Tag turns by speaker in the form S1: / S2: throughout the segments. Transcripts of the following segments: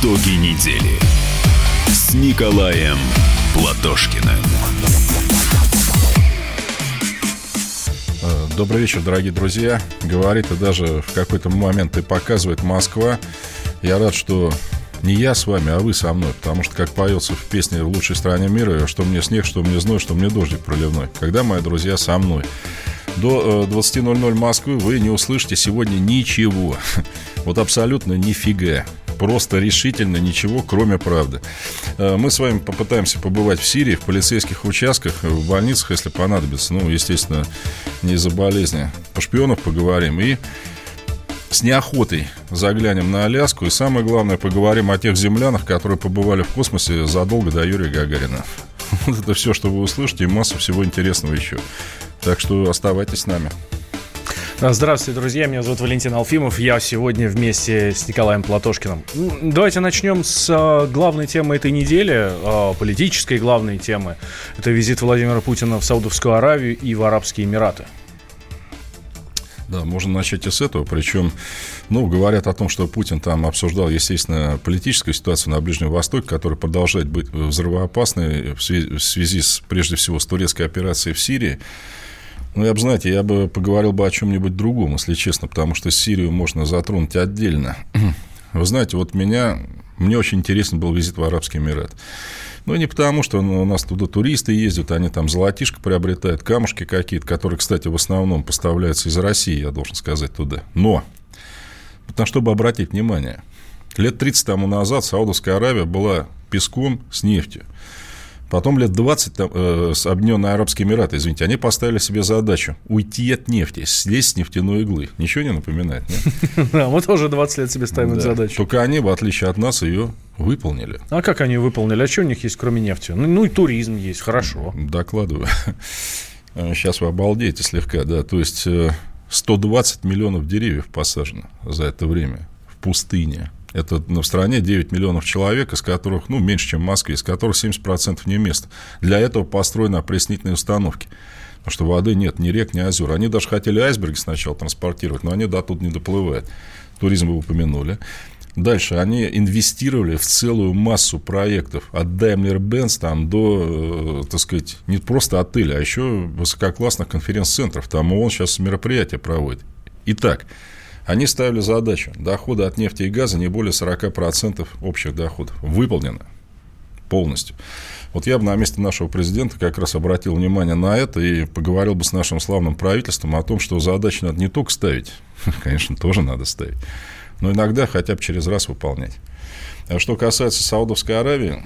S1: Итоги недели с Николаем Платошкиным.
S2: Добрый вечер, дорогие друзья. Говорит и даже в какой-то момент и показывает Москва. Я рад, что не я с вами, а вы со мной. Потому что, как поется в песне «В лучшей стране мира», что мне снег, что мне зной, что мне дождик проливной. Когда мои друзья со мной. До 20:00 Москвы вы не услышите сегодня ничего. Вот абсолютно нифига. Просто решительно ничего, кроме правды. Мы с вами попытаемся побывать в Сирии, в полицейских участках, в больницах, если понадобится. Ну, естественно, не из-за болезни. По шпионов поговорим. И с неохотой заглянем на Аляску. И самое главное, поговорим о тех землянах, которые побывали в космосе задолго до Юрия Гагарина. Вот это все, что вы услышите, и масса всего интересного еще. Так что оставайтесь с нами.
S3: Здравствуйте, друзья, меня зовут Валентин Алфимов. Я сегодня вместе с Николаем Платошкиным. Давайте начнем с главной темы этой недели, политической главной темы. Это визит Владимира Путина в Саудовскую Аравию и в Арабские Эмираты.
S2: Да, можно начать и с этого. Причем, говорят о том, что Путин там обсуждал, естественно, политическую ситуацию на Ближнем Востоке, которая продолжает быть взрывоопасной в связи с, прежде всего, с турецкой операцией в Сирии. Я бы поговорил бы о чем-нибудь другом, если честно, потому что Сирию можно затронуть отдельно. Вы знаете, вот мне очень интересен был визит в Арабские Эмираты. Не потому, что у нас туда туристы ездят, они там золотишко приобретают, камушки какие-то, которые, кстати, в основном поставляются из России, я должен сказать, туда. Но, на что бы обратить внимание, лет 30 тому назад Саудовская Аравия была песком с нефтью. Потом лет 20 с Объединенные Арабские Эмираты, они поставили себе задачу уйти от нефти, слезть с нефтяной иглы. Ничего не напоминает, нет?
S3: Да, мы тоже 20 лет себе ставим эту задачу.
S2: Только они, в отличие от нас, ее выполнили.
S3: А как они выполнили? А что у них есть, кроме нефти? И туризм есть, хорошо.
S2: Докладываю. Сейчас вы обалдеете слегка, да. То есть 120 миллионов деревьев посажено за это время в пустыне. Это в стране 9 миллионов человек, из которых, меньше, чем в Москве, из которых 70% не мест. Для этого построены опреснительные установки. Потому что воды нет, ни рек, ни озер. Они даже хотели айсберги сначала транспортировать, но они до тут не доплывают. Туризм вы упомянули. Дальше они инвестировали в целую массу проектов от Daimler-Benz там, до, не просто отеля, а еще высококлассных конференц-центров. Там ООН сейчас мероприятия проводит. Итак, они ставили задачу: доходы от нефти и газа не более 40% общих доходов. Выполнено полностью. Вот я бы на месте нашего президента как раз обратил внимание на это и поговорил бы с нашим славным правительством о том, что задачи надо не только ставить, конечно, тоже надо ставить, но иногда хотя бы через раз выполнять. А что касается Саудовской Аравии,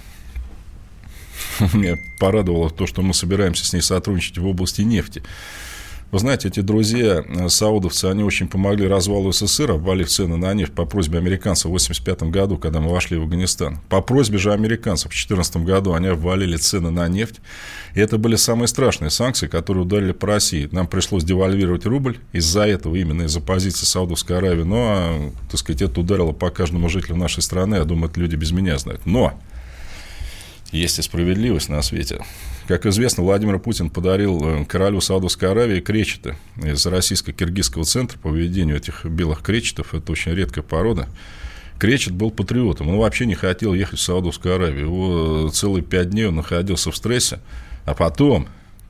S2: меня порадовало то, что мы собираемся с ней сотрудничать в области нефти. Вы знаете, эти друзья, саудовцы, они очень помогли развалу СССР, обвалив цены на нефть по просьбе американцев в 1985 году, когда мы вошли в Афганистан. По просьбе же американцев в 2014 году они обвалили цены на нефть. И это были самые страшные санкции, которые ударили по России. Нам пришлось девальвировать рубль из-за этого, именно из-за позиции Саудовской Аравии. Это ударило по каждому жителю нашей страны. Я думаю, это люди без меня знают. Но есть и справедливость на свете. Как известно, Владимир Путин подарил королю Саудовской Аравии кречета из российско-киргизского центра по выведению этих белых кречетов. Это очень редкая порода. Кречет был патриотом. Он вообще не хотел ехать в Саудовскую Аравию. Его целые 5 дней он находился в стрессе. А потом,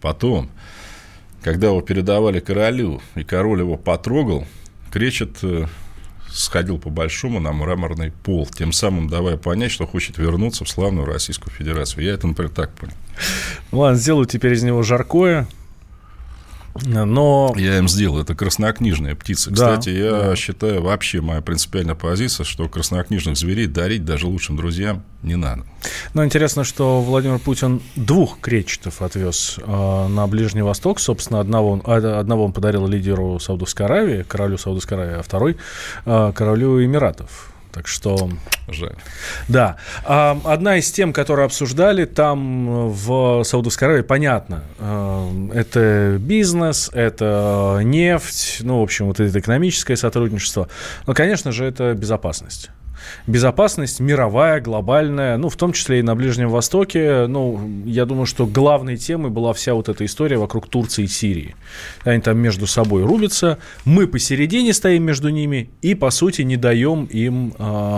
S2: когда его передавали королю, и король его потрогал, кречет сходил по-большому на мраморный пол, тем самым давая понять, что хочет вернуться в славную Российскую Федерацию. Я это, например, так понял.
S3: Ладно, сделаю теперь из него жаркое. Но...
S2: Я им сделал. Это краснокнижная птица. Кстати, я считаю, вообще моя принципиальная позиция, что краснокнижных зверей дарить даже лучшим друзьям не надо.
S3: Но интересно, что Владимир Путин 2 кречетов отвез на Ближний Восток. Собственно, одного он подарил лидеру Саудовской Аравии, королю Саудовской Аравии, а второй королю Эмиратов. Так что...
S2: Жаль.
S3: Да. Одна из тем, которые обсуждали там в Саудовской Аравии, понятно. Это бизнес, это нефть, в общем, вот это экономическое сотрудничество. Но, конечно же, это безопасность. Безопасность мировая, глобальная, ну, в том числе и на Ближнем Востоке. Ну, я думаю, что главной темой была вся вот эта история вокруг Турции и Сирии. Они там между собой рубятся, мы посередине стоим между ними и, по сути, не даем им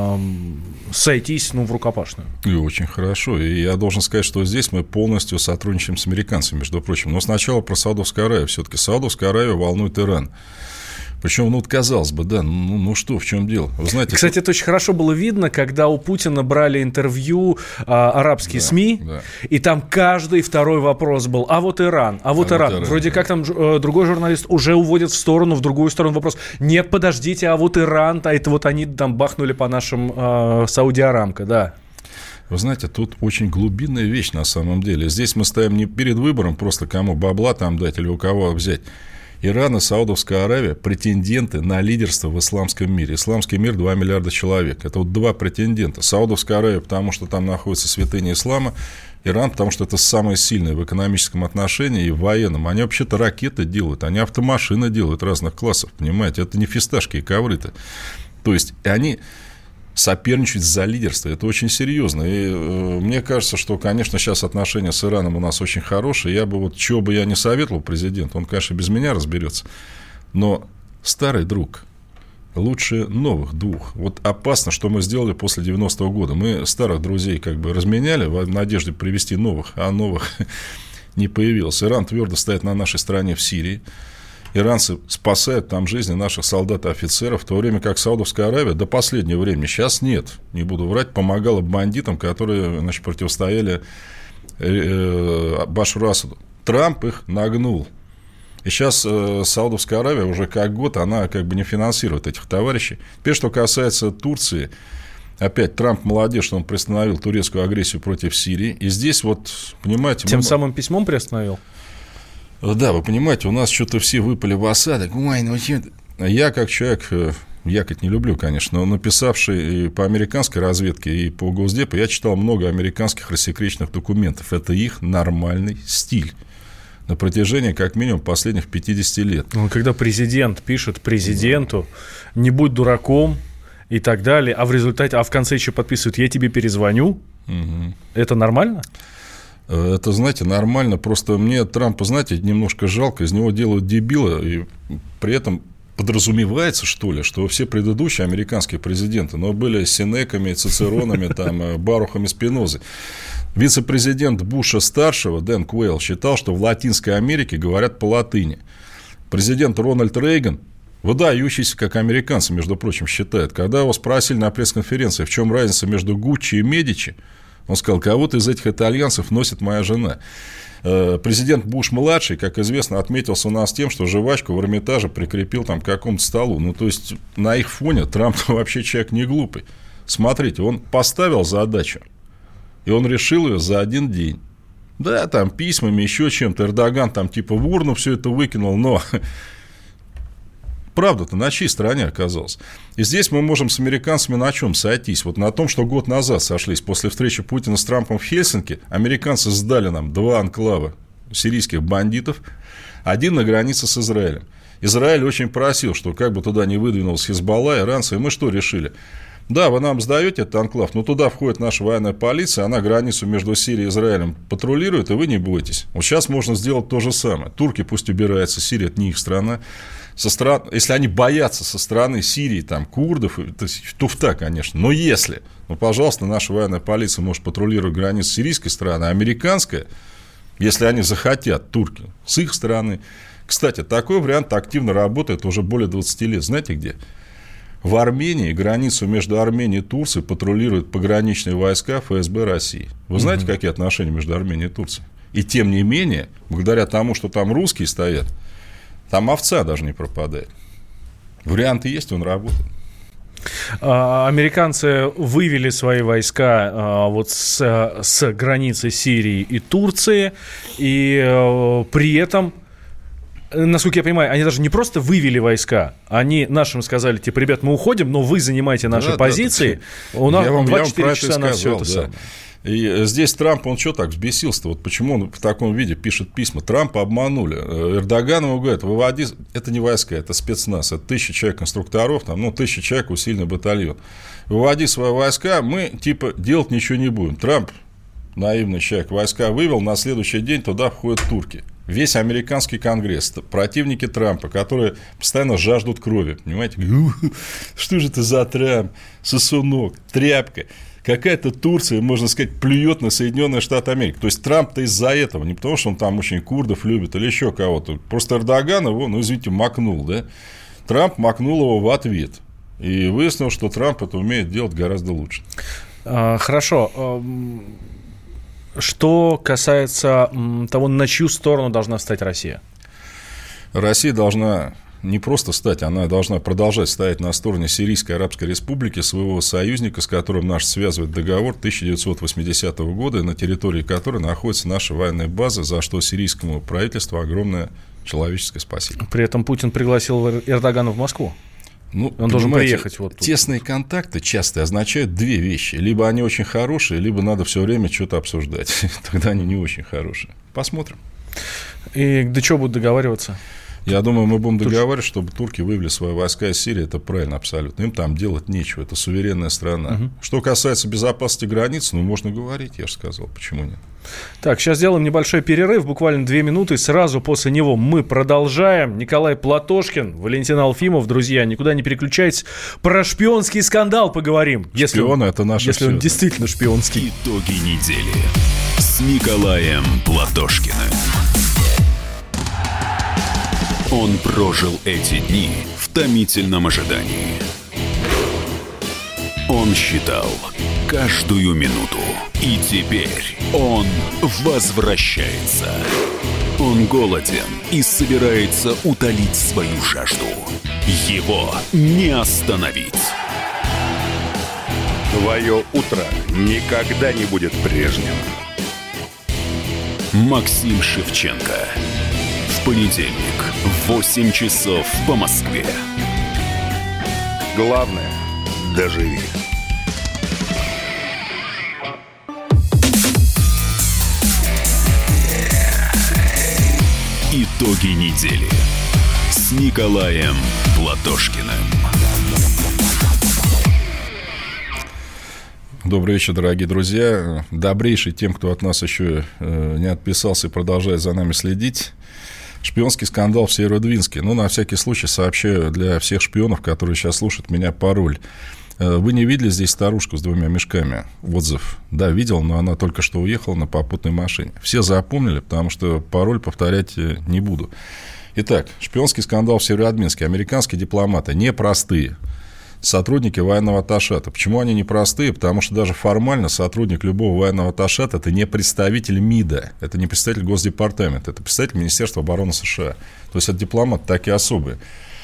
S3: сойтись, ну, в рукопашную.
S2: И очень хорошо. И я должен сказать, что здесь мы полностью сотрудничаем с американцами, между прочим. Но сначала про Саудовскую Аравию. Все-таки Саудовская Аравия волнует Иран. Причем, ну, вот, казалось бы, да, ну что, в чем дело? Вы знаете,
S3: кстати, это очень хорошо было видно, когда у Путина брали интервью арабские СМИ, и там каждый второй вопрос был: а вот Иран, а вот Иран. Вроде как там другой журналист уже уводит в другую сторону вопрос: нет, подождите, а вот Иран, а это вот они там бахнули по нашим Сауди Арамко, да.
S2: Вы знаете, тут очень глубинная вещь на самом деле. Здесь мы стоим не перед выбором просто кому бабла там дать или у кого взять. Иран и Саудовская Аравия – претенденты на лидерство в исламском мире. Исламский мир – 2 миллиарда человек. Это вот два претендента. Саудовская Аравия, потому что там находится святыня ислама. Иран, потому что это самое сильное в экономическом отношении и в военном. Они вообще-то ракеты делают, они автомашины делают разных классов, понимаете? Это не фисташки и ковры-то. То есть, они соперничать за лидерство. Это очень серьезно. И мне кажется, что, конечно, сейчас отношения с Ираном у нас очень хорошие. Я бы вот, чего бы я не советовал президенту, он, конечно, без меня разберется. Но старый друг лучше новых двух. Вот опасно, что мы сделали после 90-го года. Мы старых друзей как бы разменяли в надежде привести новых, а новых не появилось. Иран твердо стоит на нашей стороне в Сирии. Иранцы спасают там жизни наших солдат и офицеров, в то время как Саудовская Аравия до последнего времени, сейчас нет, не буду врать, помогала бандитам, которые, значит, противостояли Башару Асаду. Трамп их нагнул. И сейчас Саудовская Аравия уже как год, она как бы не финансирует этих товарищей. Теперь, что касается Турции, опять Трамп молодец, что он приостановил турецкую агрессию против Сирии. И здесь вот, понимаете...
S3: Тем самым письмом приостановил?
S2: Да, вы понимаете, у нас что-то все выпали в осадок. Ой, ну что... Я как человек, якать не люблю, конечно, но написавший и по американской разведке, и по Госдепу, я читал много американских рассекреченных документов. Это их нормальный стиль на протяжении, как минимум, последних 50 лет.
S3: Ну, когда президент пишет президенту: не будь дураком и так далее, а в результате, в конце еще подписывают: я тебе перезвоню, это нормально?
S2: Это, знаете, нормально, просто мне Трампа, знаете, немножко жалко, из него делают дебила, и при этом подразумевается, что ли, что все предыдущие американские президенты, но были Сенеками, Цицеронами, там, Барухами, Спинозой. Вице-президент Буша-старшего Дэн Куэйл считал, что в Латинской Америке говорят по-латыни. Президент Рональд Рейган, выдающийся, как американцы, между прочим, считает, когда его спросили на пресс-конференции, в чем разница между Гуччи и Медичи, он сказал: кого-то из этих итальянцев носит моя жена. Президент Буш-младший, как известно, отметился у нас тем, что жвачку в Эрмитаже прикрепил там к какому-то столу. Ну, то есть, на их фоне Трамп вообще человек не глупый. Смотрите, он поставил задачу, и он решил ее за один день. Да, там письмами, еще чем-то. Эрдоган там типа в урну все это выкинул, но... Правда-то на чьей стороне оказался? И здесь мы можем с американцами на чем сойтись? Вот на том, что год назад сошлись после встречи Путина с Трампом в Хельсинки. Американцы сдали нам 2 анклава сирийских бандитов, один на границе с Израилем. Израиль очень просил, что как бы туда не выдвинулся Хизбалла, иранцы, и мы что решили? Да, вы нам сдаете этот анклав, но туда входит наша военная полиция, она границу между Сирией и Израилем патрулирует, и вы не бойтесь. Вот сейчас можно сделать то же самое. Турки пусть убираются, Сирия – это не их страна. Если они боятся со стороны Сирии, там, курдов, это туфта, конечно, но если, ну, пожалуйста, наша военная полиция может патрулировать границу сирийской стороны, а американская, если они захотят, турки, с их стороны. Кстати, такой вариант активно работает уже более 20 лет. Знаете где? В Армении границу между Арменией и Турцией патрулируют пограничные войска ФСБ России. Вы знаете, какие отношения между Арменией и Турцией? И тем не менее, благодаря тому, что там русские стоят, там овца даже не пропадает. Варианты есть, он работает.
S3: Американцы вывели свои войска вот с границы Сирии и Турции, и при этом, насколько я понимаю, они даже не просто вывели войска, они нашим сказали, типа: ребят, мы уходим, но вы занимаете наши позиции, у нас 24 часа на все это самое.
S2: И здесь Трамп, он что так взбесился-то? Вот почему он в таком виде пишет письма? Трампа обманули. Эрдоган ему говорит, выводи, это не войска, это спецназ, это 1000 человек инструкторов, там, 1000 человек усиленный батальон. Выводи свои войска, мы, типа, делать ничего не будем. Трамп, наивный человек, войска вывел, на следующий день туда входят турки. Весь американский конгресс, противники Трампа, которые постоянно жаждут крови, понимаете? Что же это за Трамп, сосунок, тряпка. Какая-то Турция, можно сказать, плюет на Соединенные Штаты Америки. То есть Трамп-то из-за этого, не потому что он там очень курдов любит или еще кого-то. Просто Эрдоган его, извините, макнул, да? Трамп макнул его в ответ. И выяснилось, что Трамп это умеет делать гораздо лучше.
S3: Хорошо. Что касается того, на чью сторону должна встать Россия?
S2: Россия должна не просто стать, она должна продолжать стоять на стороне Сирийской Арабской Республики, своего союзника, с которым наш связывает договор 1980 года, на территории которой находится наша военная база, за что сирийскому правительству огромное человеческое спасибо.
S3: При этом Путин пригласил Эрдогана в Москву. Он должен приехать вот тут.
S2: Тесные контакты часто означают две вещи. Либо они очень хорошие, либо надо все время что-то обсуждать. Тогда они не очень хорошие. Посмотрим.
S3: И до чего будут договариваться?
S2: Я думаю, мы будем договариваться, чтобы турки вывели свои войска из Сирии. Это правильно абсолютно. Им там делать нечего. Это суверенная страна. Угу. Что касается безопасности границ, можно говорить, я же сказал. Почему нет?
S3: Так, сейчас сделаем небольшой перерыв, буквально 2 минуты. Сразу после него мы продолжаем. Николай Платошкин, Валентин Алфимов. Друзья, никуда не переключайтесь. Про шпионский скандал поговорим.
S2: Шпионы – это наше
S3: если он действительно шпионский.
S1: Итоги недели с Николаем Платошкиным. Он прожил эти дни в томительном ожидании. Он считал каждую минуту. И теперь он возвращается. Он голоден и собирается утолить свою жажду. Его не остановить.
S4: Твое утро никогда не будет прежним.
S1: Максим Шевченко. В понедельник в 8 часов по Москве.
S4: Главное – доживи.
S1: Итоги недели с Николаем Платошкиным.
S2: Добрый вечер, дорогие друзья. Добрейший тем, кто от нас еще не отписался и продолжает за нами следить. Шпионский скандал в Северодвинске. На всякий случай сообщаю для всех шпионов, которые сейчас слушают меня, пароль. Вы не видели здесь старушку с 2 мешками? Отзыв. Да, видел, но она только что уехала на попутной машине. Все запомнили, потому что пароль повторять не буду. Итак, шпионский скандал в Северодвинске. Американские дипломаты непростые. Сотрудники военного атташата. Почему они непростые? Потому что даже формально сотрудник любого военного атташата – это не представитель МИДа, это не представитель Госдепартамента, это представитель Министерства обороны США. То есть, это дипломаты такие особые.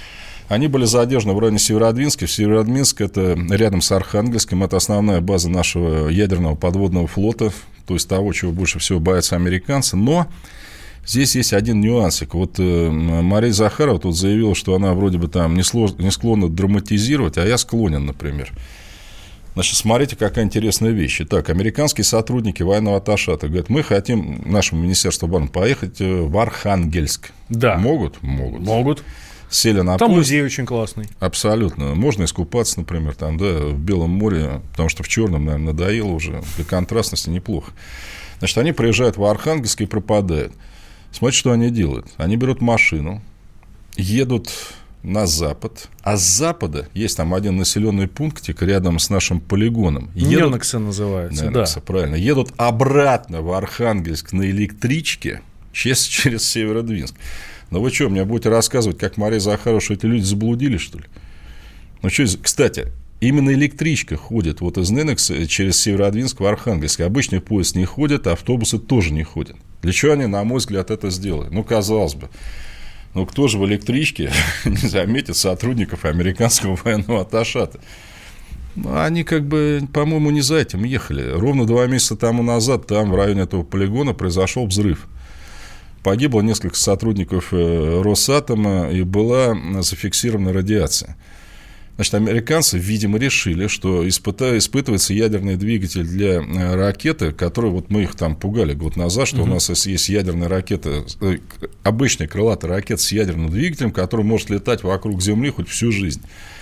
S2: Они были задержаны в районе Северодвинска. Северодвинск – это рядом с Архангельском, это основная база нашего ядерного подводного флота, то есть того, чего больше всего боятся американцы. Но здесь есть один нюансик. Вот Мария Захарова тут заявила, что она вроде бы там не склонна драматизировать, а я склонен, например. Значит, смотрите, какая интересная вещь. Итак, американские сотрудники военного атташата говорят, мы хотим, нашему Министерству обороны, поехать в Архангельск.
S3: Да.
S2: Могут?
S3: Могут.
S2: Сели на
S3: там
S2: поезд.
S3: Музей очень классный.
S2: Абсолютно. Можно искупаться, например, там, да, в Белом море, потому что в Черном, наверное, надоело уже. Для контрастности неплохо. Значит, они приезжают в Архангельск и пропадают. Смотрите, что они делают. Они берут машину, едут на запад, а с запада есть там один населенный пунктик рядом с нашим полигоном.
S3: Ненокса называется,
S2: Ненокса, да. Правильно. Едут обратно в Архангельск на электричке через Северодвинск. Ну вы что, мне будете рассказывать, как Мария Захарова, что эти люди заблудились, что ли? Ну что, кстати, именно электричка ходит вот из Ненокса через Северодвинск в Архангельск. Обычный поезд не ходит, а автобусы тоже не ходят. Для чего они, на мой взгляд, это сделали? Казалось бы. Кто же в электричке не заметит сотрудников американского военного атташата? Они, по-моему, не за этим ехали. Ровно 2 месяца тому назад там, в районе этого полигона, произошел взрыв. Погибло несколько сотрудников Росатома и была зафиксирована радиация. Значит, американцы, видимо, решили, что испытывается ядерный двигатель для ракеты, который вот мы их там пугали год назад, что у нас есть ядерная ракета, обычная крылатая ракета с ядерным двигателем, который может летать вокруг Земли хоть всю жизнь.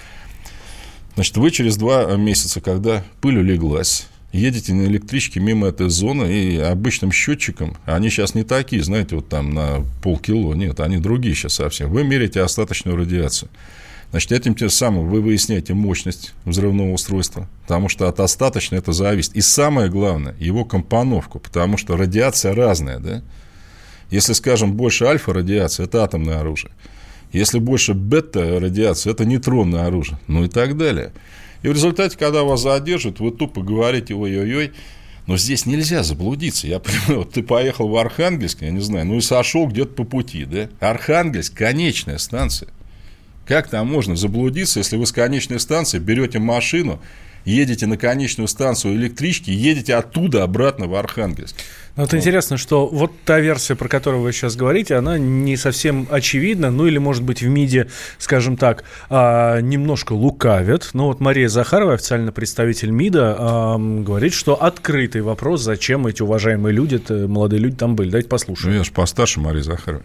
S2: Значит, вы через 2 месяца, когда пыль улеглась, едете на электричке мимо этой зоны, и обычным счетчиком, они сейчас не такие, знаете, вот там на полкило, нет, они другие сейчас совсем, вы меряете остаточную радиацию. Значит, этим тем самым вы выясняете мощность взрывного устройства, потому что от остаточной это зависит. И самое главное, его компоновку, потому что радиация разная, да? Если, скажем, больше альфа-радиации, это атомное оружие. Если больше бета-радиации, это нейтронное оружие, ну и так далее. И в результате, когда вас задержат, вы тупо говорите ой-ой-ой, но здесь нельзя заблудиться. Я понимаю, вот ты поехал в Архангельск, я не знаю, ну и сошел где-то по пути, да? Архангельск – конечная станция. Как там можно заблудиться, если вы с конечной станции берете машину, едете на конечную станцию электрички, едете оттуда обратно в Архангельск?
S3: Вот интересно, что вот та версия, про которую вы сейчас говорите, она не совсем очевидна, ну или, может быть, в МИДе, скажем так, немножко лукавят. Но вот Мария Захарова, официальный представитель МИДа, говорит, что открытый вопрос, зачем эти уважаемые люди, молодые люди там были. Давайте послушаем.
S2: Ну, я же постарше Марии Захаровой.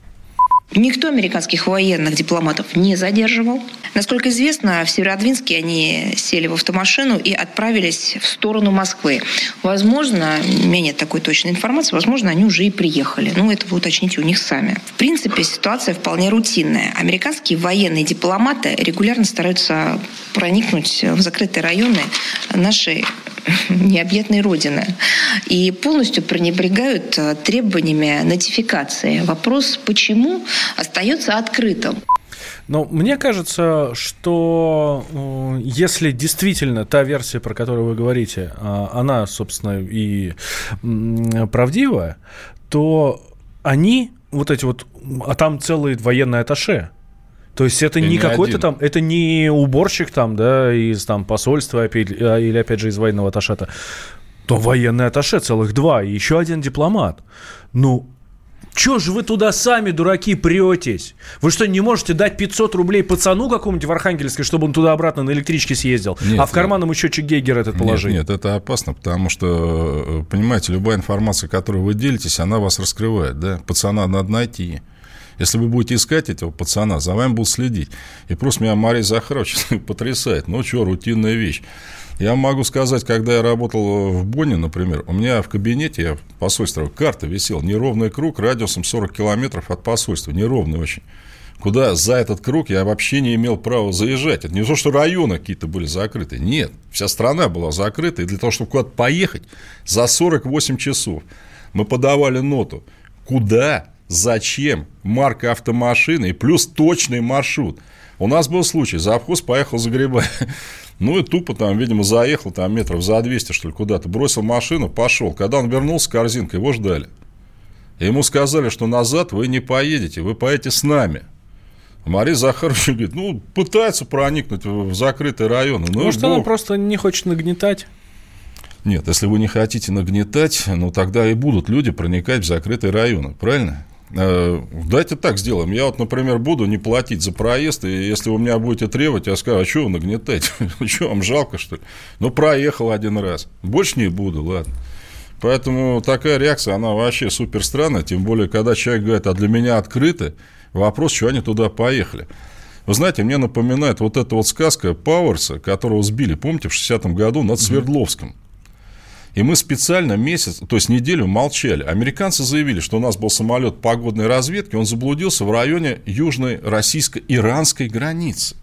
S5: Никто американских военных дипломатов не задерживал. Насколько известно, в Северодвинске они сели в автомашину и отправились в сторону Москвы. Возможно, у меня нет такой точной информации, возможно, они уже и приехали. Ну, это вы уточните у них сами. В принципе, ситуация вполне рутинная. Американские военные дипломаты регулярно стараются проникнуть в закрытые районы нашей необъятной родины и полностью пренебрегают требованиями нотификации. Вопрос, почему, остается открытым.
S3: Но мне кажется, что если действительно та версия, про которую вы говорите, она, собственно, и правдивая, то они, вот эти вот, а там целые военные атташе. То есть это не какой-то там, это не уборщик там, да, из там посольства или опять же из военного атташата. То военный атташе целых 2, и еще 1 дипломат. Ну, чё же вы туда сами, дураки, претесь? Вы что, не можете дать 500 рублей пацану какому-нибудь в Архангельске, чтобы он туда-обратно на электричке съездил? Нет, а в карман ему счетчик Гейгера этот положить?
S2: Нет, это опасно, потому что, понимаете, любая информация, которой вы делитесь, она вас раскрывает, да? Пацана надо найти. Если вы будете искать этого пацана, за вами будут следить. И просто меня Мария Захарова потрясает. Ну, что, рутинная вещь. Я могу сказать, когда я работал в Бонне, например, у меня в кабинете, я в посольстве, карта висела, неровный круг радиусом 40 километров от посольства, неровный очень. Куда за этот круг я вообще не имел права заезжать. Это не то, что районы какие-то были закрыты. Нет, вся страна была закрыта. И для того, чтобы куда-то поехать, за 48 часов мы подавали ноту. Куда? Зачем? Марка автомашины и плюс точный маршрут. У нас был случай, завхоз поехал за грибами. Ну и тупо там, видимо, заехал там метров за 200, что ли, куда-то. Бросил машину, пошел. Когда он вернулся с корзинкой, его ждали. И ему сказали, что назад вы не поедете, вы поедете с нами. Мария Захарова говорит, ну, пытается проникнуть в закрытые районы. Ну,
S3: может, она просто не хочет нагнетать?
S2: Нет, если вы не хотите нагнетать, ну, тогда и будут люди проникать в закрытые районы, правильно? Давайте так сделаем. Я вот, например, буду не платить за проезд, и если вы меня будете требовать, я скажу, а что вы нагнетаете? Что, вам жалко, что ли? Ну, проехал 1 раз. Больше не буду, ладно. Поэтому такая реакция, она вообще супер странная, тем более, когда человек говорит, а для меня открыто, вопрос, что они туда поехали. Вы знаете, мне напоминает вот эта вот сказка Пауэрса, которого сбили, помните, в 60-м году над Свердловском. И мы специально месяц, то есть неделю молчали. Американцы заявили, что у нас был самолет погодной разведки, он заблудился в районе южной российско-иранской границы.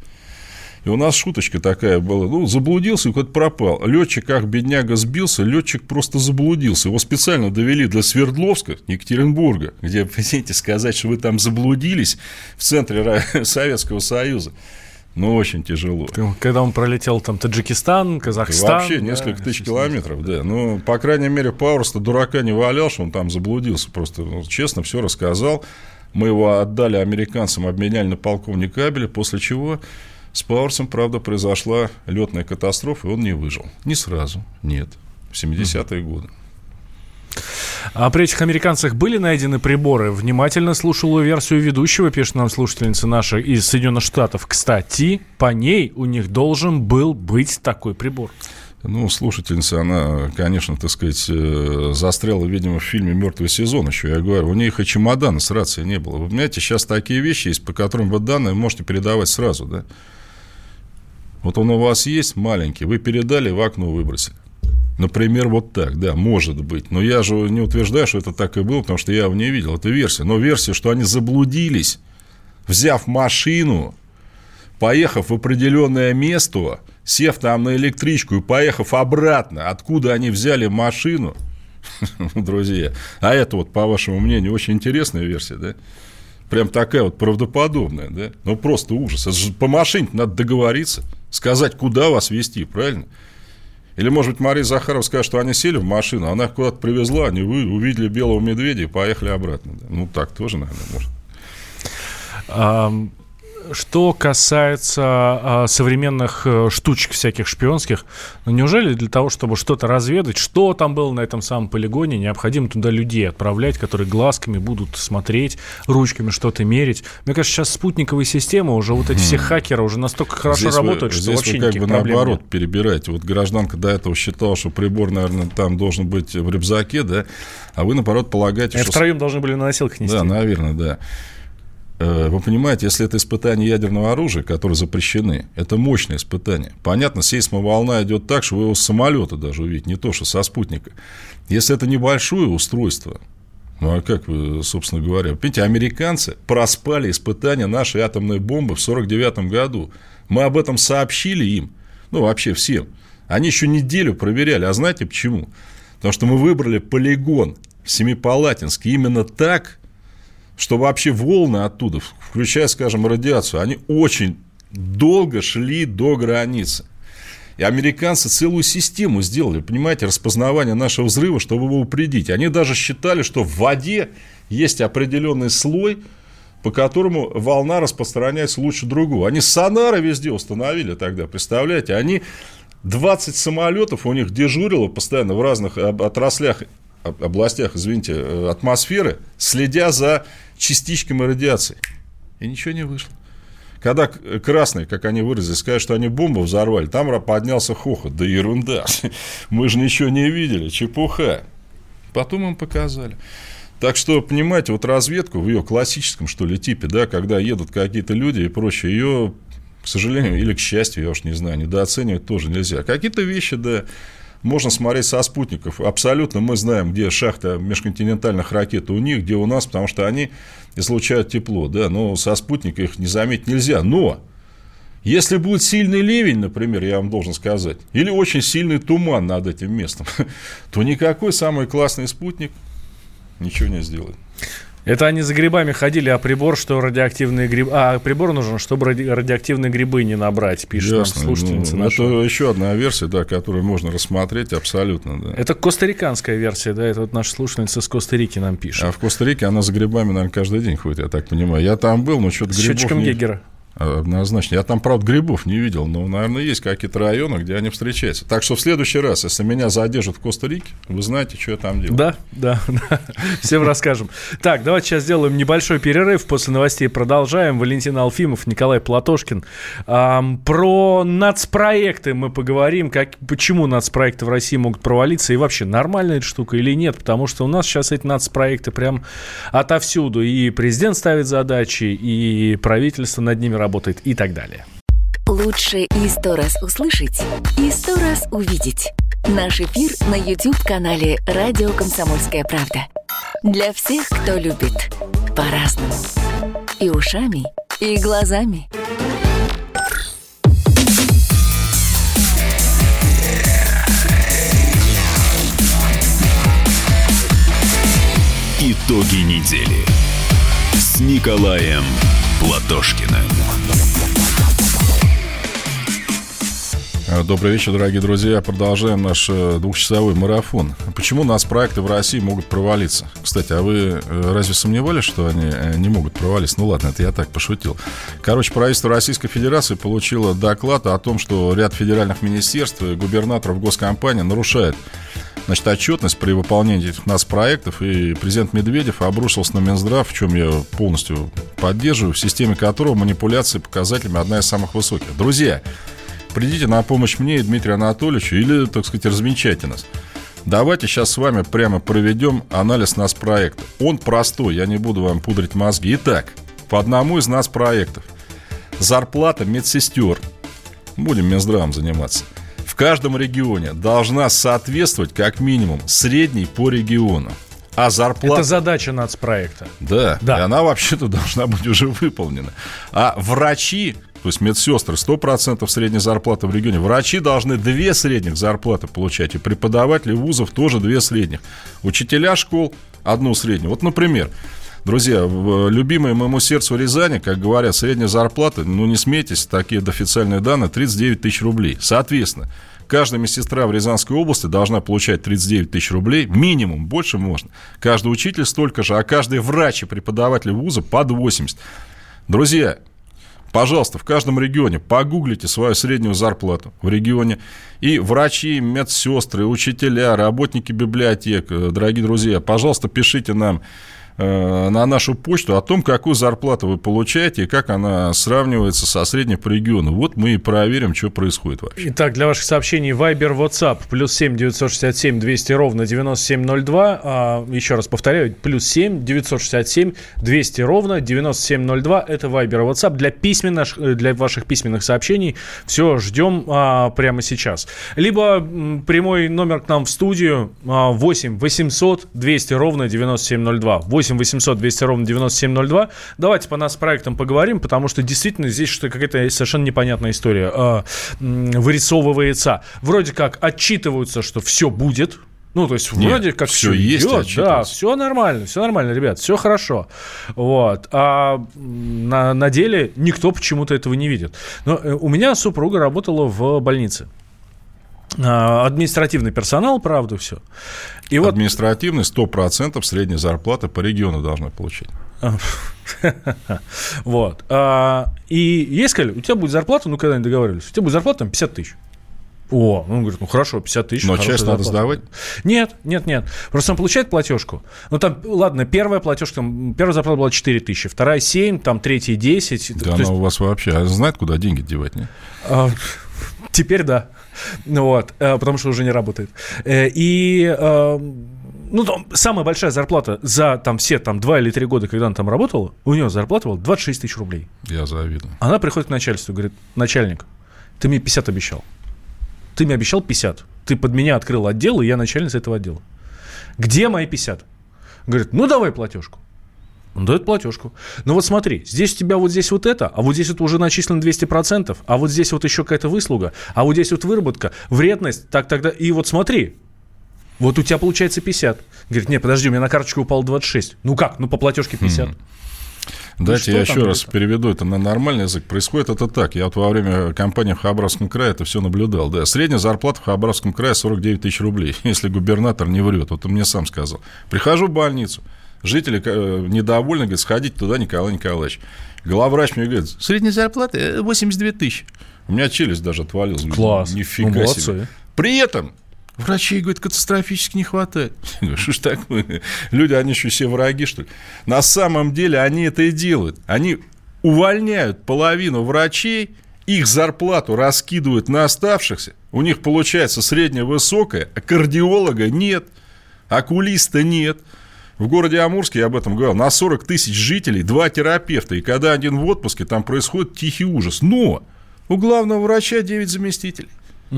S2: И у нас шуточка такая была, ну, заблудился и куда-то пропал. Летчик, как бедняга, сбился, летчик просто заблудился. Его специально довели до Свердловска, Екатеринбурга, где, хотите сказать, что вы там заблудились в центре Советского Союза. Ну, очень тяжело.
S3: Когда он пролетел там Таджикистан, Казахстан.
S2: Вообще несколько тысяч километров, да. Ну, по крайней мере, Пауэрс-то дурака не валял, что он там заблудился. Просто честно все рассказал. Мы его отдали американцам, обменяли на полковника Абеля, после чего с Пауэрсом, правда, произошла летная катастрофа, и он не выжил. Не сразу, нет. В 70-е годы.
S3: А при этих американцах были найдены приборы? Внимательно слушала версию ведущего, пишет нам слушательница наша из Соединенных Штатов. Кстати, по ней у них должен был быть такой прибор.
S2: Ну, слушательница, она, конечно, так сказать, застряла, видимо, в фильме «Мертвый сезон» еще, я говорю, у них и чемодана с рацией не было. Вы понимаете, сейчас такие вещи есть, по которым вы данные можете передавать сразу, да? Вот он у вас есть маленький, вы передали, в окно выбросили. Например, вот так, да, может быть. Но я же не утверждаю, что это так и было, потому что я его не видел, это версия. Но версия, что они заблудились, взяв машину, поехав в определенное место, сев там на электричку и поехав обратно, откуда они взяли машину, друзья, а это вот, по вашему мнению, очень интересная версия, да? Прям такая вот правдоподобная, да? Ну, просто ужас. Это же по машине надо договориться, сказать, куда вас везти, правильно? Или, может быть, Мария Захарова скажет, что они сели в машину, она их куда-то привезла, они увидели белого медведя и поехали обратно. Да? Ну, так тоже, наверное, может.
S3: Что касается современных штучек всяких шпионских, ну, неужели для того, чтобы что-то разведать, что там было на этом самом полигоне, необходимо туда людей отправлять, которые глазками будут смотреть, ручками что-то мерить? Мне кажется, сейчас спутниковые системы, уже вот эти все хакеры уже настолько хорошо работают, что вообще никаких проблем нет. Здесь вы как бы наоборот перебираете.
S2: Вот гражданка до этого считала, что прибор, наверное, там должен быть в рюкзаке, да, а вы, наоборот, полагаете, что...
S3: Втроем должны были на носилках нести.
S2: Да, наверное, да. Вы понимаете, если это испытание ядерного оружия, которые запрещены, это мощное испытание. Понятно, сейсмоволна идет так, что вы его с самолета даже увидите, не то, что со спутника. Если это небольшое устройство, ну, а как вы, собственно говоря, понимаете, американцы проспали испытание нашей атомной бомбы в 1949 году. Мы об этом сообщили им, ну, вообще всем. Они еще неделю проверяли, а знаете почему? Потому что мы выбрали полигон в Семипалатинске именно так, что вообще волны оттуда, включая, скажем, радиацию, они очень долго шли до границы. И американцы целую систему сделали, понимаете, распознавание нашего взрыва, чтобы его упредить. Они даже считали, что в воде есть определенный слой, по которому волна распространяется лучше другого. Они сонары везде установили тогда, представляете? Они 20 самолетов у них дежурило постоянно в разных областях, извините, атмосферы, следя за частичками радиации. И ничего не вышло. Когда красные, как они выразились, сказали, что они бомбу взорвали, там поднялся хохот. Да ерунда. Мы же ничего не видели. Чепуха. Потом им показали. Так что, понимаете, вот разведку в ее классическом, что ли, типе, да, когда едут какие-то люди и прочее, ее, к сожалению, или к счастью, я уж не знаю, недооценивать тоже нельзя. Какие-то вещи, да, можно смотреть со спутников. Абсолютно мы знаем, где шахта межконтинентальных ракет у них, где у нас, потому что они излучают тепло, да, но со спутника их не заметить нельзя. Но если будет сильный ливень, например, я вам должен сказать, или очень сильный туман над этим местом, то никакой самый классный спутник ничего не сделает.
S3: Это они за грибами ходили, а прибор, что радиоактивные грибы... А прибор нужен, чтобы радиоактивные грибы не набрать, пишет нам слушательница наша.
S2: Это еще одна версия, да, которую можно рассмотреть абсолютно, да.
S3: Это костариканская версия, да, это вот наша слушательница с Коста-Рики нам пишет.
S2: А в Коста-Рике она за грибами, наверное, каждый день ходит, я так понимаю. Я там был, но что-то грибов... С счетчиком Гейгера. Однозначно. Я там, правда, грибов не видел, но, наверное, есть какие-то районы, где они встречаются. Так что в следующий раз, если меня задержат в Коста-Рике, вы знаете, что я там делаю.
S3: Да. Всем расскажем. Так, давайте сейчас сделаем небольшой перерыв. После новостей продолжаем. Валентин Алфимов, Николай Платошкин. Про нацпроекты мы поговорим. Почему нацпроекты в России могут провалиться? И вообще, нормальная эта штука или нет? Потому что у нас сейчас эти нацпроекты прям отовсюду. И президент ставит задачи, и правительство над ними работает и так далее.
S6: Лучше и 100 раз услышать, и 100 раз увидеть. Наш эфир на YouTube-канале «Радио Комсомольская правда». Для всех, кто любит по-разному. И ушами, и глазами.
S1: Итоги недели с Николаем Платошкиным.
S2: Добрый вечер, дорогие друзья. Продолжаем наш двухчасовой марафон. Почему нацпроекты в России могут провалиться? Кстати, а вы разве сомневались, что они не могут провалиться? Ну ладно, это я так пошутил. Короче, правительство Российской Федерации получило доклад о том, что ряд федеральных министерств и губернаторов госкомпаний нарушают значит, отчетность при выполнении этих нацпроектов, и президент Медведев обрушился на Минздрав, в чем я полностью поддерживаю, в системе которого манипуляции показателями одна из самых высоких. Друзья, придите на помощь мне и Дмитрию Анатольевичу или, так сказать, развенчайте нас. Давайте сейчас с вами прямо проведем анализ нацпроекта. Он простой, я не буду вам пудрить мозги. Итак, по одному из нацпроектов зарплата медсестер, будем Минздравом заниматься, в каждом регионе должна соответствовать как минимум средней по региону. А зарплата...
S3: Это задача нацпроекта.
S2: Да, и она вообще-то должна быть уже выполнена. А врачи, то есть медсестры, 100% средней зарплаты в регионе. Врачи должны 2 средних зарплаты получать. И преподаватели вузов тоже 2 средних. Учителя школ 1 среднюю. Вот, например, друзья, в любимой моему сердцу Рязани, как говорят, средняя зарплата, ну не смейтесь, такие официальные данные, 39 тысяч рублей. Соответственно, каждая медсестра в Рязанской области должна получать 39 тысяч рублей, минимум, больше можно. Каждый учитель столько же, а каждый врач и преподаватель вуза под 80. Друзья, пожалуйста, в каждом регионе погуглите свою среднюю зарплату в регионе. И врачи, медсестры, учителя, работники библиотек, дорогие друзья, пожалуйста, пишите нам на нашу почту о том, какую зарплату вы получаете и как она сравнивается со средней по региону. Вот мы и проверим, что происходит вообще.
S3: Итак, для ваших сообщений Viber, WhatsApp, +7 967 200 ровно 9702. Еще раз повторяю, +7 967 200 ровно 9702. Это Viber, WhatsApp. Для ваших письменных сообщений все ждем прямо сейчас. Либо прямой номер к нам в студию 8 800 200 ровно 9702. 8 800 200 ровно 9702. Давайте по нацпроектам поговорим, потому что действительно здесь что-то какая-то совершенно непонятная история вырисовывается. Вроде как отчитываются, что все будет. Ну, то есть, вроде как все есть, да, все нормально, ребят, все хорошо. Вот. А на деле никто почему-то этого не видит. Но у меня супруга работала в больнице. Административный персонал, правда, все. И
S2: административный 100% средней зарплаты по региону должны получить.
S3: Вот. И ей сказали, у тебя будет зарплата, ну, когда они договаривались, у тебя будет зарплата там 50 тысяч. О, он говорит, ну хорошо, 50 тысяч.
S2: Но часть надо сдавать?
S3: Нет. Просто он получает платежку. Ну там, ладно, первая платежка, первая зарплата была 4 тысячи, вторая 7, там третья 10.
S2: Да, она у вас вообще знает, куда деньги девать, не?
S3: Теперь да. Вот, потому что уже не работает. Ну, там, самая большая зарплата за там, все 2 или 3 года, когда она там работала, у нее зарплата была 26 тысяч рублей.
S2: Я завидую.
S3: Она приходит к начальству и говорит, начальник, ты мне 50 обещал. Ты мне обещал 50. Ты под меня открыл отдел, и я начальница этого отдела. Где мои 50? Говорит, ну, давай платежку. Он дает платежку. Ну, вот смотри, здесь у тебя вот здесь вот это, а вот здесь это уже начислено 200%, а вот здесь вот еще какая-то выслуга, а вот здесь вот выработка, вредность, так тогда, и вот смотри, вот у тебя получается 50. Говорит, нет, подожди, у меня на карточку упало 26. Ну как? Ну, по платежке 50.
S2: Дайте я еще раз переведу это на нормальный язык. Происходит это так. Я вот во время кампании в Хабаровском крае это все наблюдал. Да. Средняя зарплата в Хабаровском крае 49 тысяч рублей, если губернатор не врет. Вот он мне сам сказал. Прихожу в больницу. Жители недовольны, говорят, сходите туда, Николай Николаевич. Главврач мне говорит, средняя зарплата 82 тысячи. У меня челюсть даже отвалилась.
S3: Класс.
S2: Нифига себе. При этом врачей, говорит, катастрофически не хватает. Что ж такое? Люди, они еще все враги, что ли? На самом деле они это и делают. Они увольняют половину врачей, их зарплату раскидывают на оставшихся. У них получается средняя высокая, а кардиолога нет, окулиста нет. В городе Амурске, я об этом говорил, на 40 тысяч жителей 2 терапевта. И когда один в отпуске, там происходит тихий ужас. Но у главного врача 9 заместителей.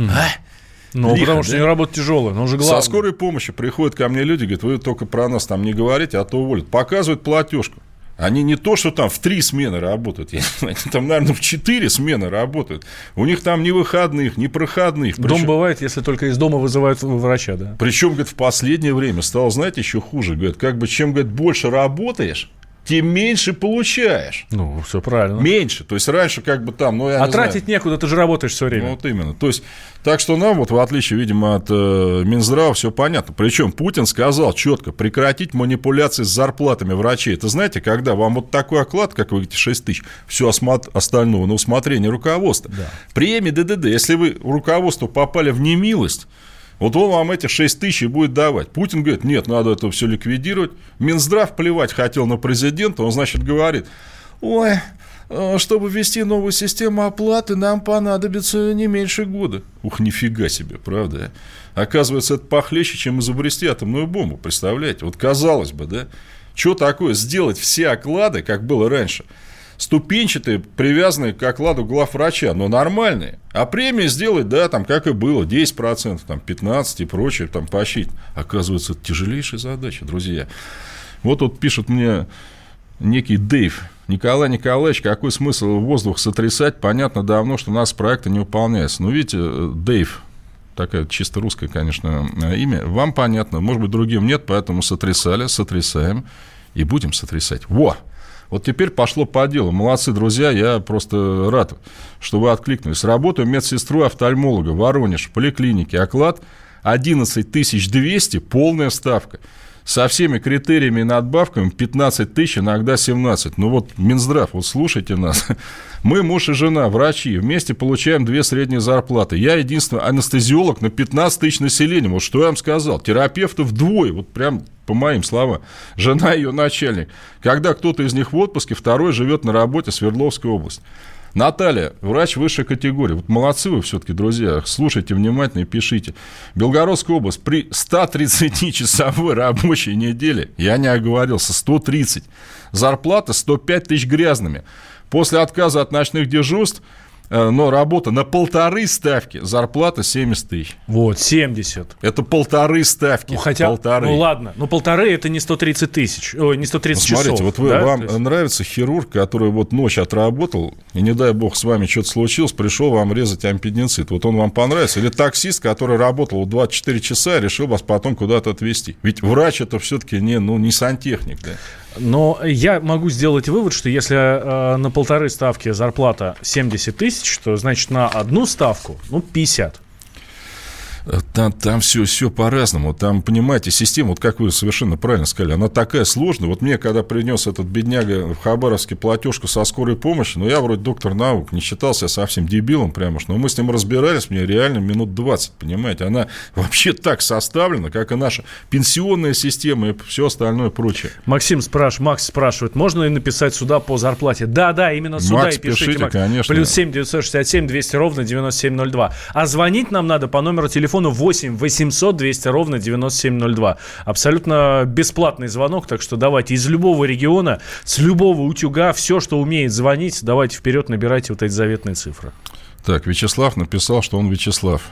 S3: Ну, потому что у него работа тяжелая, но уже главное.
S2: Со скорой помощи приходят ко мне люди, говорят, вы только про нас там не говорите, а то уволят. Показывают платежку. Они не то, что там в 3 смены работают, они там, наверное, в 4 смены работают. У них там ни выходных, ни проходных.
S3: Дом бывает, если только из дома вызывают врача, да.
S2: Причем, говорит, в последнее время стало, знаете, еще хуже. Говорит, как бы чем, говорит, больше работаешь, тем меньше получаешь.
S3: Ну, все правильно.
S2: Меньше. То есть, раньше как бы там... Ну, я
S3: тратить некуда, ты же работаешь все время.
S2: Ну, вот именно. То есть, так что нам, вот в отличие, видимо, от Минздрава, все понятно. Причем Путин сказал четко, прекратить манипуляции с зарплатами врачей. Это знаете, когда вам вот такой оклад, как вы говорите, 6 тысяч, все остальное на усмотрение руководства. Да. Премии ДДД. Если вы в руководство попали в немилость, Вот он вам этих 6 тысяч и будет давать. Путин говорит, нет, надо это все ликвидировать. Минздрав плевать хотел на президента, он, значит, говорит, ой, чтобы ввести новую систему оплаты, нам понадобится не меньше года. Ух, нифига себе, правда? Оказывается, это похлеще, чем изобрести атомную бомбу, представляете? Вот казалось бы, да? Что такое сделать все оклады, как было раньше? Ступенчатые, привязанные к окладу главврача, но нормальные. А премии сделать, да, там, как и было, 10%, там, 15% и прочее, там, посчитать. Оказывается, это тяжелейшая задача, друзья. Вот тут пишет мне некий Дэйв. Николай Николаевич, какой смысл воздух сотрясать? Понятно давно, что у нас проекты не выполняются. Ну, видите, Дэйв, такое чисто русское, конечно, имя, вам понятно, может быть, другим нет, поэтому сотрясали, сотрясаем и будем сотрясать. Во! Вот теперь пошло по делу. Молодцы, друзья, я просто рад, что вы откликнулись. Работаю медсестрой-офтальмолога в Воронеж, в поликлинике. Оклад 11 200, полная ставка. Со всеми критериями и надбавками 15 тысяч, иногда 17. Ну вот, Минздрав, вот слушайте нас. Мы, муж и жена, врачи, вместе получаем 2 средние зарплаты. Я единственный анестезиолог на 15 тысяч населения. Вот что я вам сказал. Терапевтов вдвое, вот прям по моим словам. Жена ее начальник. Когда кто-то из них в отпуске, второй живет на работе в Свердловской области. Наталья, врач высшей категории. Вот молодцы вы все-таки, друзья. Слушайте внимательно и пишите. Белгородская область при 130-часовой рабочей неделе, я не оговорился, 130. Зарплата 105 тысяч грязными. После отказа от ночных дежурств, но работа на 1,5 ставки, зарплата 70 тысяч.
S3: Вот, 70.
S2: Это 1,5 ставки.
S3: Ну, хотя,
S2: 1,5.
S3: Ну, ладно, но 1,5 это не 130 тысяч, ой, не 130 часов.
S2: Смотрите, вот
S3: да?
S2: вам нравится хирург, который вот ночь отработал, и не дай бог с вами что-то случилось, пришел вам резать аппендицит. Вот он вам понравится? Или таксист, который работал 24 часа и решил вас потом куда-то отвезти? Ведь врач это все-таки не сантехник, да?
S3: Но я могу сделать вывод, что если на 1,5 ставки зарплата 70 тысяч, то значит на одну ставку 50.
S2: Там все по-разному. Там, понимаете, система, вот как вы совершенно правильно сказали, она такая сложная. Вот мне, когда принес этот бедняга в Хабаровске платежку со скорой помощи, я вроде доктор наук, не считался совсем дебилом прямо, но мы с ним разбирались, мне реально минут 20, понимаете. Она вообще так составлена, как и наша пенсионная система и все остальное прочее.
S3: Макс спрашивает, можно ли написать сюда по зарплате? Да, именно сюда
S2: Макс,
S3: и пишите, Макс.
S2: Конечно.
S3: Плюс 7 967 200 ровно 9702. А звонить нам надо по номеру телефона 8 800 200 ровно 9702. Абсолютно бесплатный звонок, так что давайте из любого региона, с любого утюга, все, что умеет звонить, давайте вперед, набирайте вот эти заветные цифры.
S2: Так, Вячеслав написал, что он Вячеслав.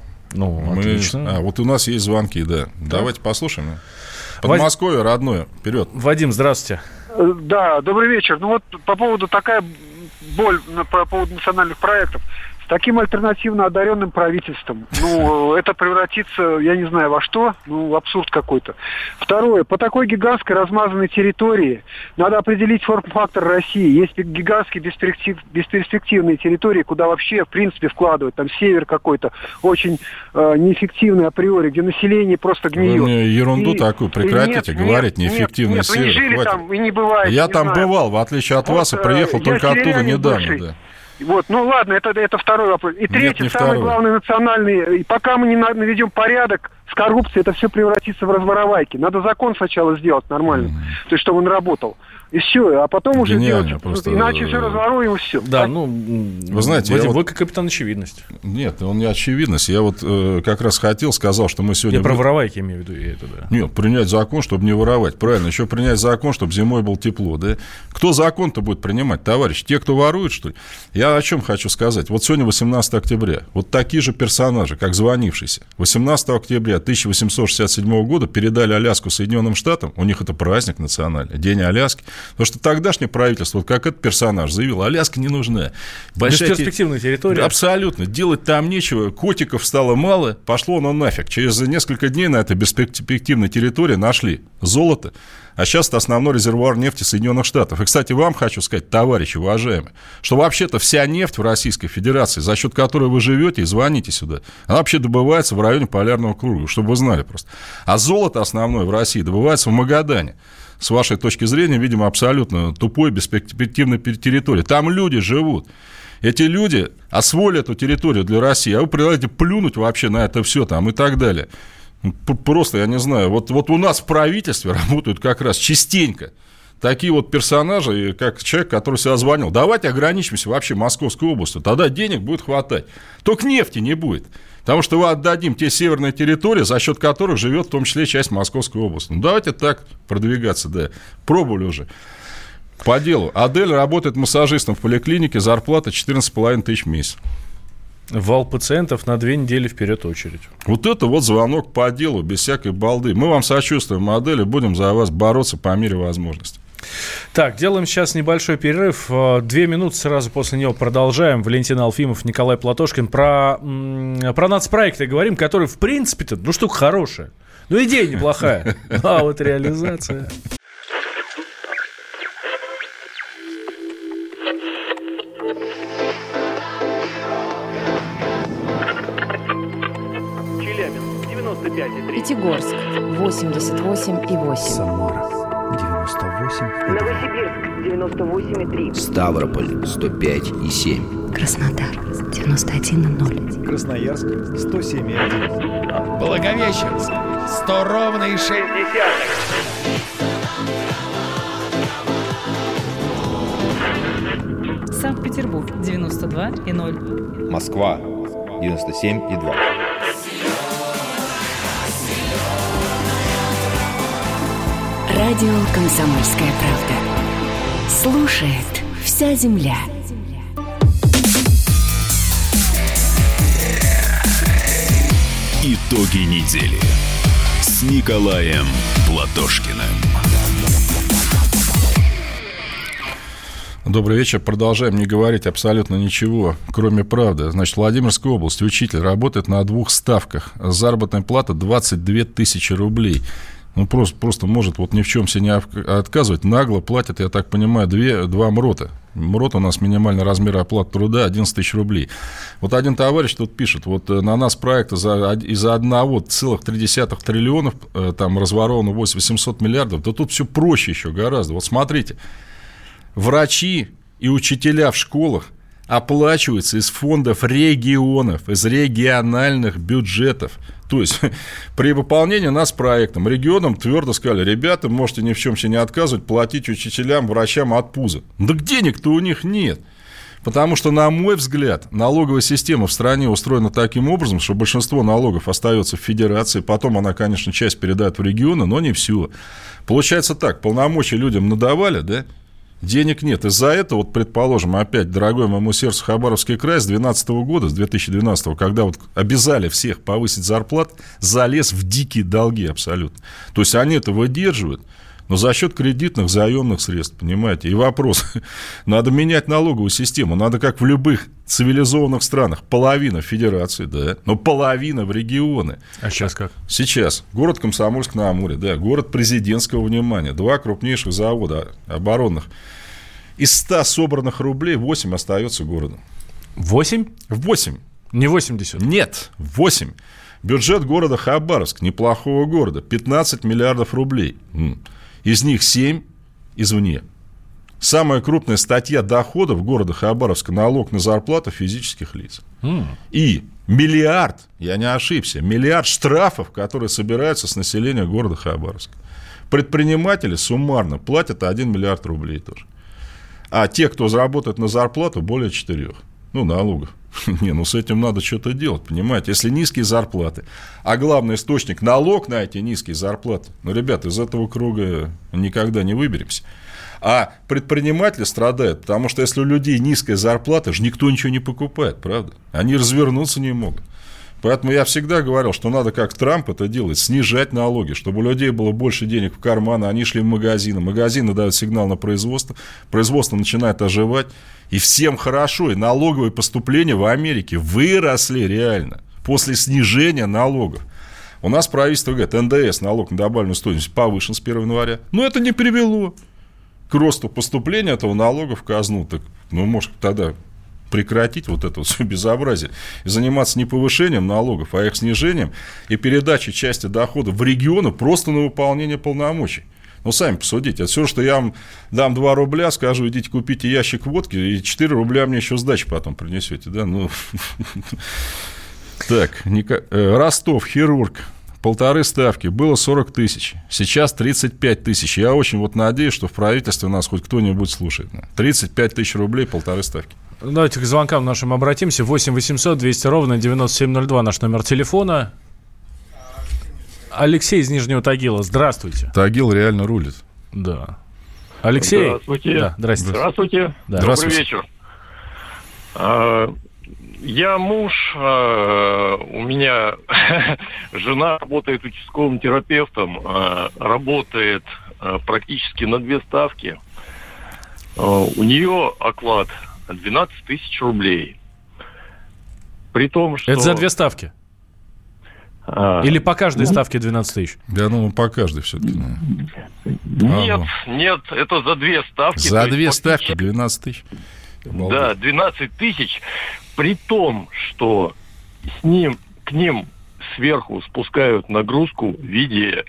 S3: Отлично.
S2: Вот у нас есть звонки, да. Давайте послушаем. Подмосковье родное, вперед.
S3: Вадим, здравствуйте.
S7: Да, добрый вечер. Ну вот по поводу такая боль по поводу национальных проектов. Таким альтернативно одаренным правительством. Это превратится, я не знаю во что, абсурд какой-то. Второе, по такой гигантской размазанной территории надо определить форм-фактор России. Есть гигантские бесперспективные территории, куда вообще, в принципе, вкладывать. Там север какой-то, очень неэффективный априори, где население просто гниет.
S2: Вы мне ерунду такую прекратите говорить, неэффективный север.
S7: Вы не жили там, и не бываете.
S2: Я там бывал, в отличие от вас, и приехал только оттуда недавно, да.
S7: Вот, ладно, это второй вопрос. И третий, самый главный национальный, и пока мы не наведем порядок с коррупцией, это все превратится в разворовайки. Надо закон сначала сделать нормально, то есть чтобы он работал. И все, а потом уже делать, иначе все разворуем и все.
S3: Да, вы
S2: знаете,
S3: Вадим, вы как капитан очевидность.
S2: Нет, он не очевидность. Я вот как раз сказал, что мы сегодня...
S3: Я про воровайки имею в виду, это да.
S2: Нет, принять закон, чтобы не воровать. Правильно, еще принять закон, чтобы зимой было тепло, да? Кто закон-то будет принимать, товарищ? Те, кто ворует, что ли? Я о чем хочу сказать. Вот сегодня 18 октября. Вот такие же персонажи, как звонившийся. 18 октября 1867 года передали Аляску Соединенным Штатам. У них это праздник национальный, День Аляски. Потому что тогдашнее правительство, вот как этот персонаж заявил, Аляска не нужна.
S3: Бесперспективная территория.
S2: Абсолютно. Делать там нечего. Котиков стало мало. Пошло оно нафиг. Через несколько дней на этой бесперспективной территории нашли золото. А сейчас это основной резервуар нефти Соединенных Штатов. И, кстати, вам хочу сказать, товарищи уважаемые, что вообще-то вся нефть в Российской Федерации, за счет которой вы живете и звоните сюда, она вообще добывается в районе Полярного круга, чтобы вы знали просто. А золото основное в России добывается в Магадане. С вашей точки зрения, видимо, абсолютно тупой, бесперспективной территории. Там люди живут. Эти люди освоили эту территорию для России, а вы предлагаете плюнуть вообще на это все там и так далее. Просто, я не знаю, вот у нас в правительстве работают как раз частенько такие вот персонажи, как человек, который себя звонил. Давайте ограничимся вообще Московской областью, тогда денег будет хватать. Только нефти не будет. Потому что мы отдадим те северные территории, за счет которых живет в том числе часть Московской области. Ну, давайте так продвигаться, да. Пробовали уже. По делу. Адель работает массажистом в поликлинике, зарплата 14,5 тысяч в месяц.
S3: Вал пациентов на 2 недели вперед очередь.
S2: Вот это вот звонок по делу, без всякой балды. Мы вам сочувствуем, Адель, и будем за вас бороться по мере возможности.
S3: Так, делаем сейчас небольшой перерыв. 2 минуты, сразу после него продолжаем. Валентин Алфимов, Николай Платошкин. Про нацпроекты говорим, которые, в принципе-то, ну, штука хорошая. Ну, идея неплохая. А вот реализация...
S8: Пятигорск 88,8.
S9: Самара 98,2.
S10: Новосибирск 98,3.
S9: Ставрополь 105,7.
S8: Краснодар 91,0.
S11: Красноярск 107,1.
S12: Благовещенск 100,6.
S13: Санкт-Петербург 92,0.
S14: Москва 97,2.
S6: Радио «Комсомольская правда». Слушает вся земля.
S1: Итоги недели с Николаем Платошкиным.
S2: Добрый вечер. Продолжаем не говорить абсолютно ничего, кроме правды. Значит, Владимирская область. Учитель работает на 2 ставках. Заработная плата 22 тысячи рублей. Ну, просто может вот ни в чем себе не отказывать. Нагло платят, я так понимаю, 2 МРОТа. МРОТ у нас минимальный размер оплаты труда 11 тысяч рублей. Вот один товарищ тут пишет, вот на нас проект из-за 1,3 триллионов, там разворовано 800 миллиардов, да тут все проще еще гораздо. Вот смотрите, врачи и учителя в школах оплачиваются из фондов регионов, из региональных бюджетов. То есть при выполнении нас проектом регионам твердо сказали: ребята, можете ни в чем себе не отказывать, платить учителям, врачам от пуза. Да денег-то у них нет. Потому что, на мой взгляд, налоговая система в стране устроена таким образом, что большинство налогов остается в федерации, потом она, конечно, часть передает в регионы, но не все. Получается так, полномочия людям надавали, да? Денег нет. Из-за этого, вот, предположим, опять, дорогой моему сердцу, Хабаровский край с 2012 когда вот обязали всех повысить зарплат, залез в дикие долги абсолютно. То есть они это выдерживают, но за счет кредитных, заемных средств, понимаете. И вопрос, надо менять налоговую систему, надо как в любых цивилизованных странах, половина в федерации, да, но половина в регионы.
S3: А сейчас как?
S2: Сейчас город Комсомольск-на-Амуре, да, город президентского внимания, 2 крупнейших завода оборонных. Из 100 собранных рублей 8 остается городу.
S3: 8?
S2: 8.
S3: Не 80?
S2: Нет, 8. Бюджет города Хабаровск, неплохого города, 15 миллиардов рублей. Из них 7 извне. Самая крупная статья доходов города Хабаровска — налог на зарплату физических лиц. И миллиард, я не ошибся, миллиард штрафов, которые собираются с населения города Хабаровска. Предприниматели суммарно платят 1 миллиард рублей тоже. А те, кто заработает на зарплату, более 4. Ну, налогов. Не, ну с этим надо что-то делать, понимаете? Если низкие зарплаты, а главный источник — налог на эти низкие зарплаты, ну, ребята, из этого круга никогда не выберемся. А предприниматели страдают, потому что если у людей низкая зарплата, же никто ничего не покупает, правда? Они развернуться не могут. Поэтому я всегда говорил, что надо, как Трамп это делает, снижать налоги, чтобы у людей было больше денег в карманы, они шли в магазины, магазины дают сигнал на производство, производство начинает оживать, и всем хорошо, и налоговые поступления в Америке выросли реально после снижения налогов. У нас правительство говорит, НДС, налог на добавленную стоимость, повышен с 1 января, но это не привело к росту поступления этого налога в казну. Так, ну, может, тогда прекратить вот это все безобразие и заниматься не повышением налогов, а их снижением и передачей части доходов в регионы просто на выполнение полномочий. Ну, сами посудите. Это все, что я вам дам 2 рубля, скажу, идите купите ящик водки, и 4 рубля мне еще сдачи потом принесете, да? Ну, так, Ростов, хирург. 1,5 ставки, было 40 тысяч, сейчас 35 тысяч. Я очень вот надеюсь, что в правительстве нас хоть кто-нибудь слушает. 35 тысяч рублей, 1,5 ставки.
S3: Давайте к звонкам нашим обратимся. 8 800 200 ровно 9702 наш номер телефона. Алексей из Нижнего Тагила, здравствуйте.
S2: Тагил реально рулит.
S3: Да. Алексей.
S15: Здравствуйте.
S3: Да, здравствуйте.
S15: Здравствуйте.
S3: Да.
S15: Добрый вечер. Я муж, у меня жена работает участковым терапевтом, работает практически на 2 ставки. У нее оклад 12 тысяч рублей. При том, что...
S3: Это за 2 ставки? Или по каждой ставке 12 тысяч?
S2: Да, ну, по каждой все-таки.
S15: Нет, это за 2 ставки.
S2: За 2 ставки 12 тысяч?
S15: Да, 12 тысяч. При том, что к ним сверху спускают нагрузку в виде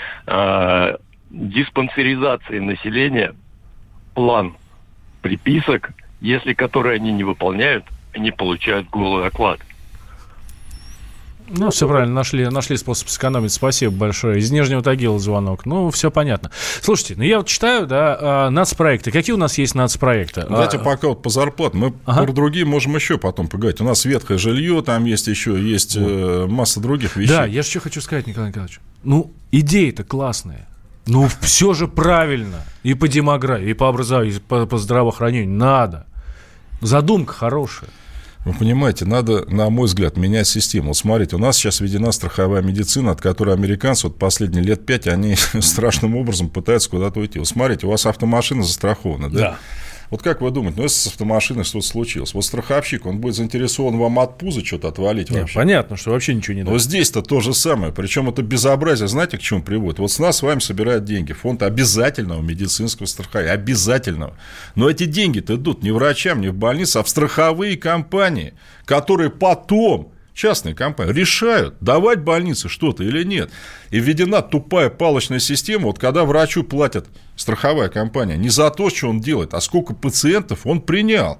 S15: диспансеризации населения, план приписок, если которые они не выполняют, они получают голый оклад.
S3: Ну, все правильно, нашли способ сэкономить. Спасибо большое. Из Нижнего Тагила звонок. Ну, все понятно. Слушайте, ну я вот читаю, да, нацпроекты. Какие у нас есть нацпроекты?
S2: Давайте пока вот по зарплатам. Мы про другие можем еще потом поговорить. У нас ветхое жилье, там есть масса других вещей.
S3: Да, я же что хочу сказать, Николай Николаевич. Ну, идеи-то классные. Ну, все же правильно. И по демографии, и по образованию, и по здравоохранению. Надо. Задумка хорошая.
S2: Вы понимаете, надо, на мой взгляд, менять систему. Вот смотрите, у нас сейчас введена страховая медицина, от которой американцы вот последние лет 5, они страшным образом пытаются куда-то уйти. Вот смотрите, у вас автомашина застрахована, да? Да. Вот как вы думаете, ну, если с автомашиной что-то случилось, вот страховщик, он будет заинтересован вам от пуза что-то отвалить вообще?
S3: Понятно, что вообще ничего не надо.
S2: Вот здесь-то то же самое, причем это безобразие, знаете, к чему приводит? Вот с нас с вами собирают деньги, фонд обязательного медицинского страхования, обязательного. Но эти деньги-то идут не врачам, не в больницы, а в страховые компании, которые потом... Частные компании решают, давать больнице что-то или нет. И введена тупая палочная система, вот когда врачу платят страховая компания не за то, что он делает, а сколько пациентов он принял.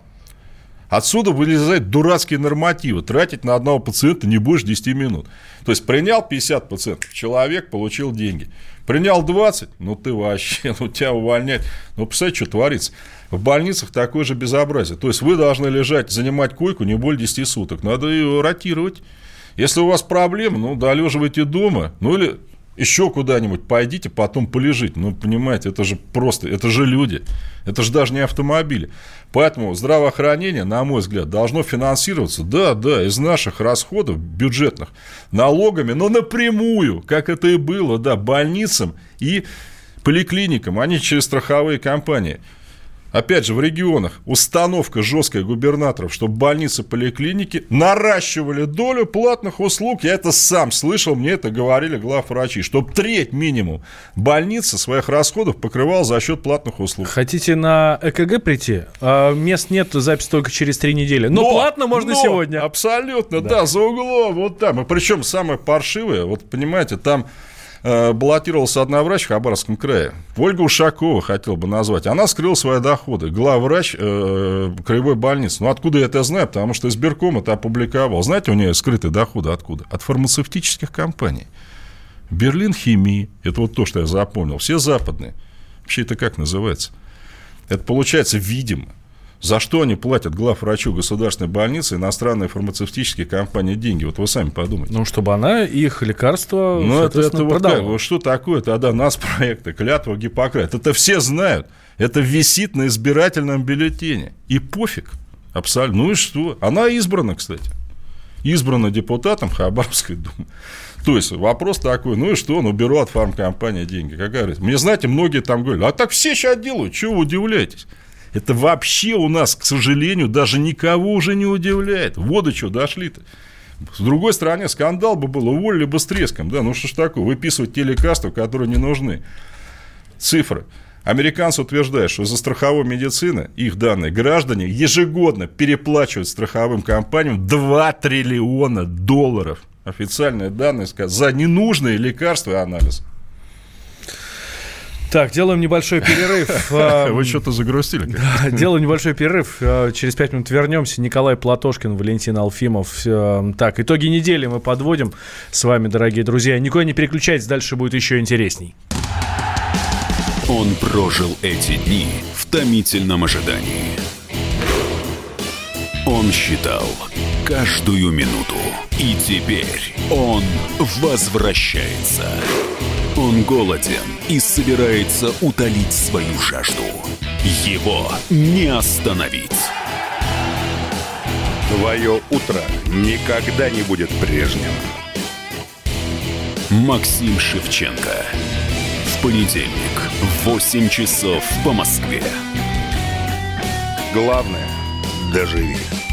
S2: Отсюда вылезают дурацкие нормативы. Тратить на одного пациента не больше 10 минут. То есть, принял 50 пациентов, человек получил деньги. Принял 20, ну ты вообще, ну тебя увольнять. Ну, представляете, что творится. В больницах такое же безобразие. То есть, вы должны лежать, занимать койку не более 10 суток. Надо ее ротировать. Если у вас проблемы, ну, долеживайте дома. Ну, или еще куда-нибудь пойдите, потом полежите. Ну, понимаете, это же просто, это же люди. Это же даже не автомобили. Поэтому здравоохранение, на мой взгляд, должно финансироваться, да, из наших расходов бюджетных налогами, но напрямую, как это и было, да, больницам и поликлиникам, а не через страховые компании. Опять же, в регионах установка жесткая губернаторов, чтобы больницы, поликлиники наращивали долю платных услуг. Я это сам слышал, мне это говорили главврачи, чтобы треть минимум больницы своих расходов покрывал за счет платных услуг.
S3: Хотите на ЭКГ прийти? Мест нет, запись только через 3 недели. Но платно можно сегодня.
S2: Абсолютно, да, за углом, вот там. И причем самое паршивое, вот понимаете, там... баллотировался одна врач в Хабаровском крае. Ольга Ушакова хотел бы назвать. Она скрыла свои доходы. Главврач краевой больницы. Ну, откуда я это знаю? Потому что избирком это опубликовал. Знаете, у нее скрытые доходы откуда? От фармацевтических компаний. Берлин Химии. Это вот то, что я запомнил. Все западные. Вообще это как называется? Это получается видимо. За что они платят главврачу государственной больницы, иностранные фармацевтические компании деньги? Вот вы сами подумайте.
S3: Ну, чтобы она их лекарства,
S2: продавала. Вот что такое тогда нацпроекты, клятва Гиппократа? Это все знают. Это висит на избирательном бюллетене. И пофиг. Абсолютно. Ну и что? Она избрана, кстати. Избрана депутатом Хабаровской думы. То есть, вопрос такой, ну и что? Ну, беру от фармкомпании деньги. Какая разница? Мне, знаете, многие там говорят, а так все сейчас делают. Чего вы удивляетесь? Это вообще у нас, к сожалению, даже никого уже не удивляет. Вот до чего дошли-то. С другой стороны, скандал бы был, уволили бы с треском. Да? Ну что ж такое, выписывать те лекарства, которые не нужны. Цифры. Американцы утверждают, что из-за страховой медицины, их данные, граждане ежегодно переплачивают страховым компаниям $2 триллиона. Официальные данные за ненужные лекарства и анализ.
S3: Так, делаем небольшой перерыв.
S2: Вы что-то загрустили.
S3: Да, делаем небольшой перерыв. Через 5 минут вернемся. Николай Платошкин, Валентин Алфимов. Так, итоги недели мы подводим с вами, дорогие друзья. Никуда не переключайтесь, дальше будет еще интересней.
S1: Он прожил эти дни в томительном ожидании. Он считал каждую минуту. И теперь он возвращается. Он голоден и собирается утолить свою жажду. Его не остановить.
S4: Твое утро никогда не будет прежним.
S1: Максим Шевченко. В понедельник в 8 часов по Москве.
S4: Главное – доживи.